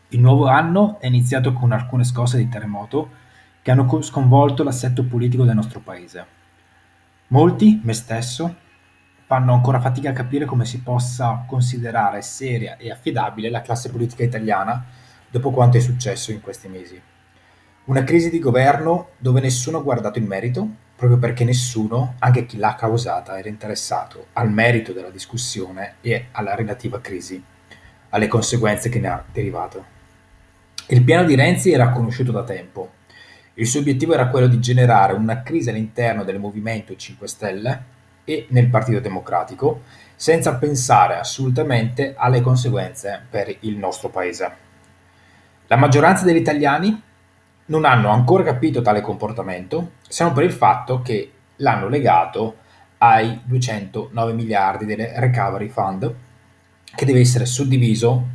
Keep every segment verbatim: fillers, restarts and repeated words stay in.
Il nuovo anno è iniziato con alcune scosse di terremoto che hanno co- sconvolto l'assetto politico del nostro paese. Molti, me stesso, fanno ancora fatica a capire come si possa considerare seria e affidabile la classe politica italiana dopo quanto è successo in questi mesi. Una crisi di governo dove nessuno ha guardato il merito, proprio perché nessuno, anche chi l'ha causata, era interessato al merito della discussione e alla relativa crisi, alle conseguenze che ne ha derivato. Il piano di Renzi era conosciuto da tempo. Il suo obiettivo era quello di generare una crisi all'interno del Movimento cinque Stelle e nel Partito Democratico, senza pensare assolutamente alle conseguenze per il nostro paese. La maggioranza degli italiani non hanno ancora capito tale comportamento, se non per il fatto che l'hanno legato ai duecentonove miliardi del Recovery Fund, che deve essere suddiviso.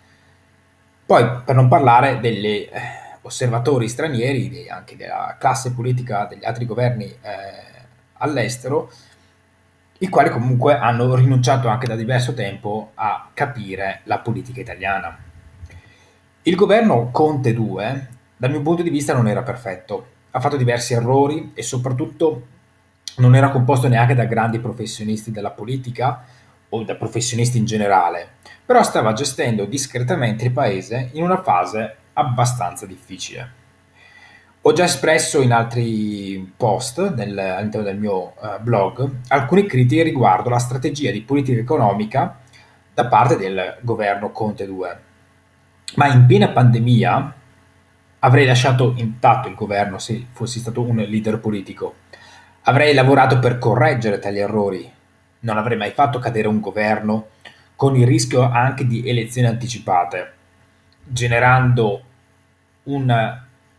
Poi, per non parlare degli eh, osservatori stranieri, de- anche della classe politica degli altri governi eh, all'estero, i quali comunque hanno rinunciato anche da diverso tempo a capire la politica italiana. Il governo Conte due, dal mio punto di vista, non era perfetto. Ha fatto diversi errori e soprattutto non era composto neanche da grandi professionisti della politica o da professionisti in generale, però stava gestendo discretamente il paese in una fase abbastanza difficile. Ho già espresso in altri post nel- all'interno del mio eh, blog alcune critiche riguardo la strategia di politica economica da parte del governo Conte due, ma in piena pandemia avrei lasciato intatto il governo se fossi stato un leader politico. Avrei lavorato per correggere tali errori. Non avrei mai fatto cadere un governo con il rischio anche di elezioni anticipate, generando un,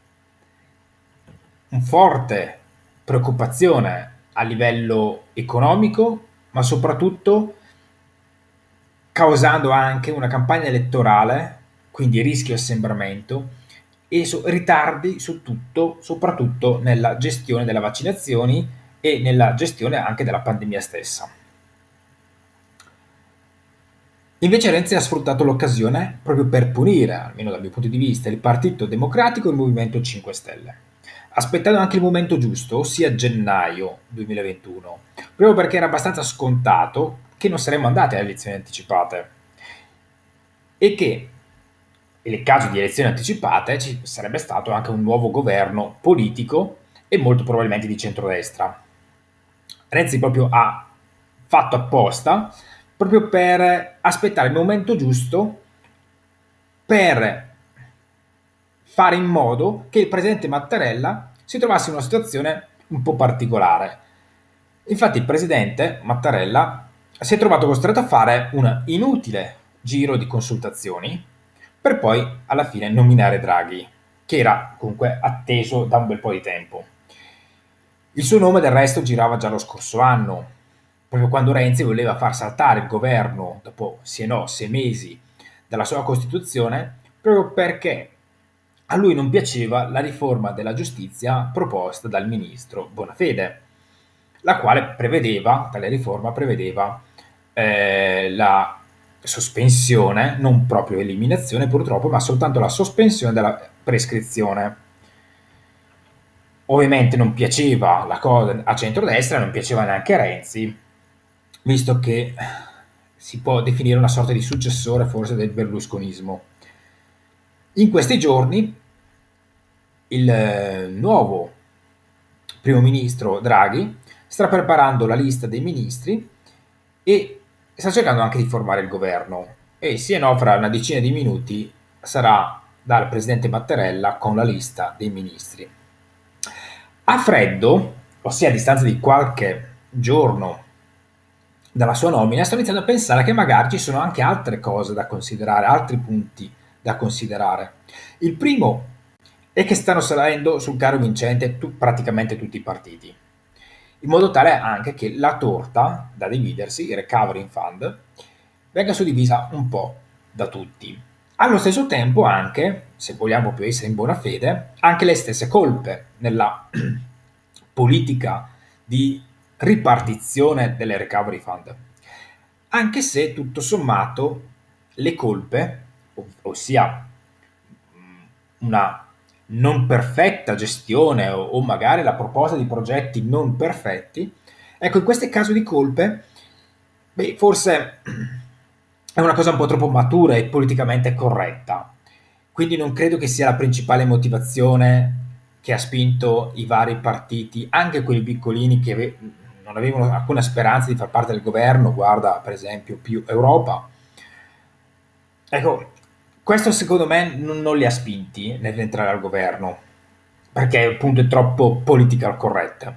un forte preoccupazione a livello economico, ma soprattutto causando anche una campagna elettorale, quindi rischio assembramento e su- ritardi su tutto, soprattutto nella gestione delle vaccinazioni e nella gestione anche della pandemia stessa. Invece Renzi ha sfruttato l'occasione proprio per punire, almeno dal mio punto di vista, il Partito Democratico e il Movimento cinque Stelle, aspettando anche il momento giusto, ossia gennaio duemilaventuno, proprio perché era abbastanza scontato che non saremmo andati alle elezioni anticipate e che nel caso di elezioni anticipate ci sarebbe stato anche un nuovo governo politico e molto probabilmente di centrodestra. Renzi proprio ha fatto apposta proprio per aspettare il momento giusto per fare in modo che il presidente Mattarella si trovasse in una situazione un po' particolare. Infatti il presidente Mattarella si è trovato costretto a fare un inutile giro di consultazioni per poi alla fine nominare Draghi, che era comunque atteso da un bel po' di tempo. Il suo nome del resto girava già lo scorso anno, proprio quando Renzi voleva far saltare il governo dopo sì e no, sei mesi dalla sua costituzione, proprio perché a lui non piaceva la riforma della giustizia proposta dal ministro Bonafede, la quale prevedeva, tale riforma prevedeva eh, la sospensione, non proprio eliminazione purtroppo, ma soltanto la sospensione della prescrizione. Ovviamente non piaceva la cosa a centrodestra, non piaceva neanche a Renzi, visto che si può definire una sorta di successore forse del berlusconismo. In questi giorni il eh, nuovo primo ministro Draghi sta preparando la lista dei ministri e sta cercando anche di formare il governo e sì e no fra una decina di minuti sarà dal presidente Mattarella con la lista dei ministri. A freddo, ossia a distanza di qualche giorno dalla sua nomina, sto iniziando a pensare che magari ci sono anche altre cose da considerare, altri punti da considerare. Il primo è che stanno salendo sul carro vincente tu- praticamente tutti i partiti, in modo tale anche che la torta da dividersi, il recovery fund, venga suddivisa un po' da tutti. Allo stesso tempo anche, se vogliamo più essere in buona fede, anche le stesse colpe nella politica di ripartizione delle recovery fund. Anche se tutto sommato le colpe, ov- ossia una non perfetta gestione o, o magari la proposta di progetti non perfetti, ecco, in questi casi di colpe, beh, forse è una cosa un po' troppo matura e politicamente corretta. Quindi non credo che sia la principale motivazione che ha spinto i vari partiti, anche quelli piccolini che ave- non avevano alcuna speranza di far parte del governo, guarda per esempio più Europa. Ecco, questo secondo me non, non li ha spinti nell'entrare al governo, perché appunto è troppo political correct.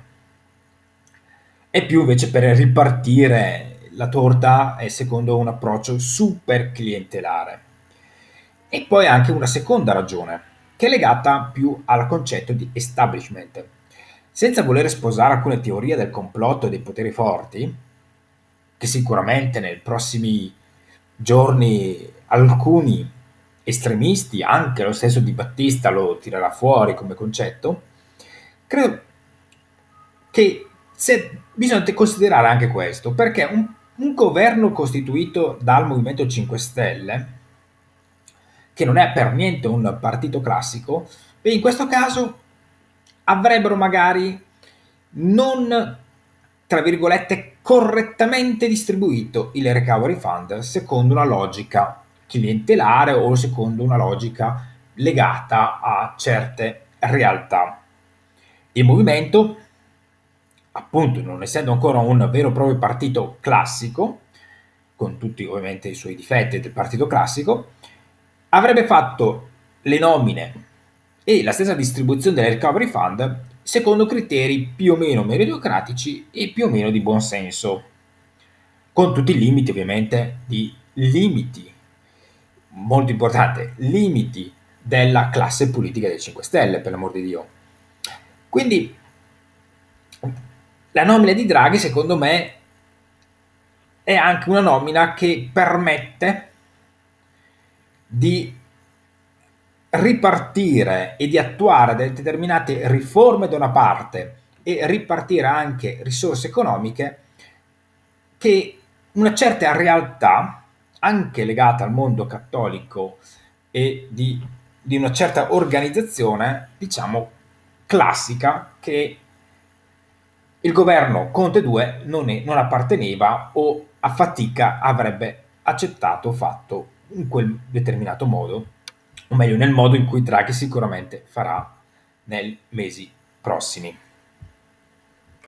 È più invece per ripartire la torta è secondo un approccio super clientelare. E poi anche una seconda ragione, che è legata più al concetto di establishment. Senza voler sposare alcune teorie del complotto e dei poteri forti, che sicuramente nei prossimi giorni alcuni estremisti, anche lo stesso Di Battista lo tirerà fuori come concetto, credo che se, bisogna considerare anche questo, perché un, un governo costituito dal Movimento cinque Stelle, che non è per niente un partito classico, beh, in questo caso avrebbero magari non, tra virgolette, correttamente distribuito il recovery fund secondo una logica clientelare o secondo una logica legata a certe realtà. Il movimento, appunto, non essendo ancora un vero e proprio partito classico, con tutti ovviamente i suoi difetti del partito classico, avrebbe fatto le nomine e la stessa distribuzione del recovery fund secondo criteri più o meno meritocratici e più o meno di buon senso, con tutti i limiti ovviamente di limiti, molto importante, limiti della classe politica dei cinque Stelle, per l'amor di Dio. Quindi la nomina di Draghi, secondo me, è anche una nomina che permette di ripartire e di attuare delle determinate riforme da una parte e ripartire anche risorse economiche che una certa realtà, anche legata al mondo cattolico e di, di una certa organizzazione, diciamo, classica, che il governo Conte due non, è, non apparteneva o a fatica avrebbe accettato o fatto in quel determinato modo, o meglio nel modo in cui Draghi sicuramente farà nei mesi prossimi.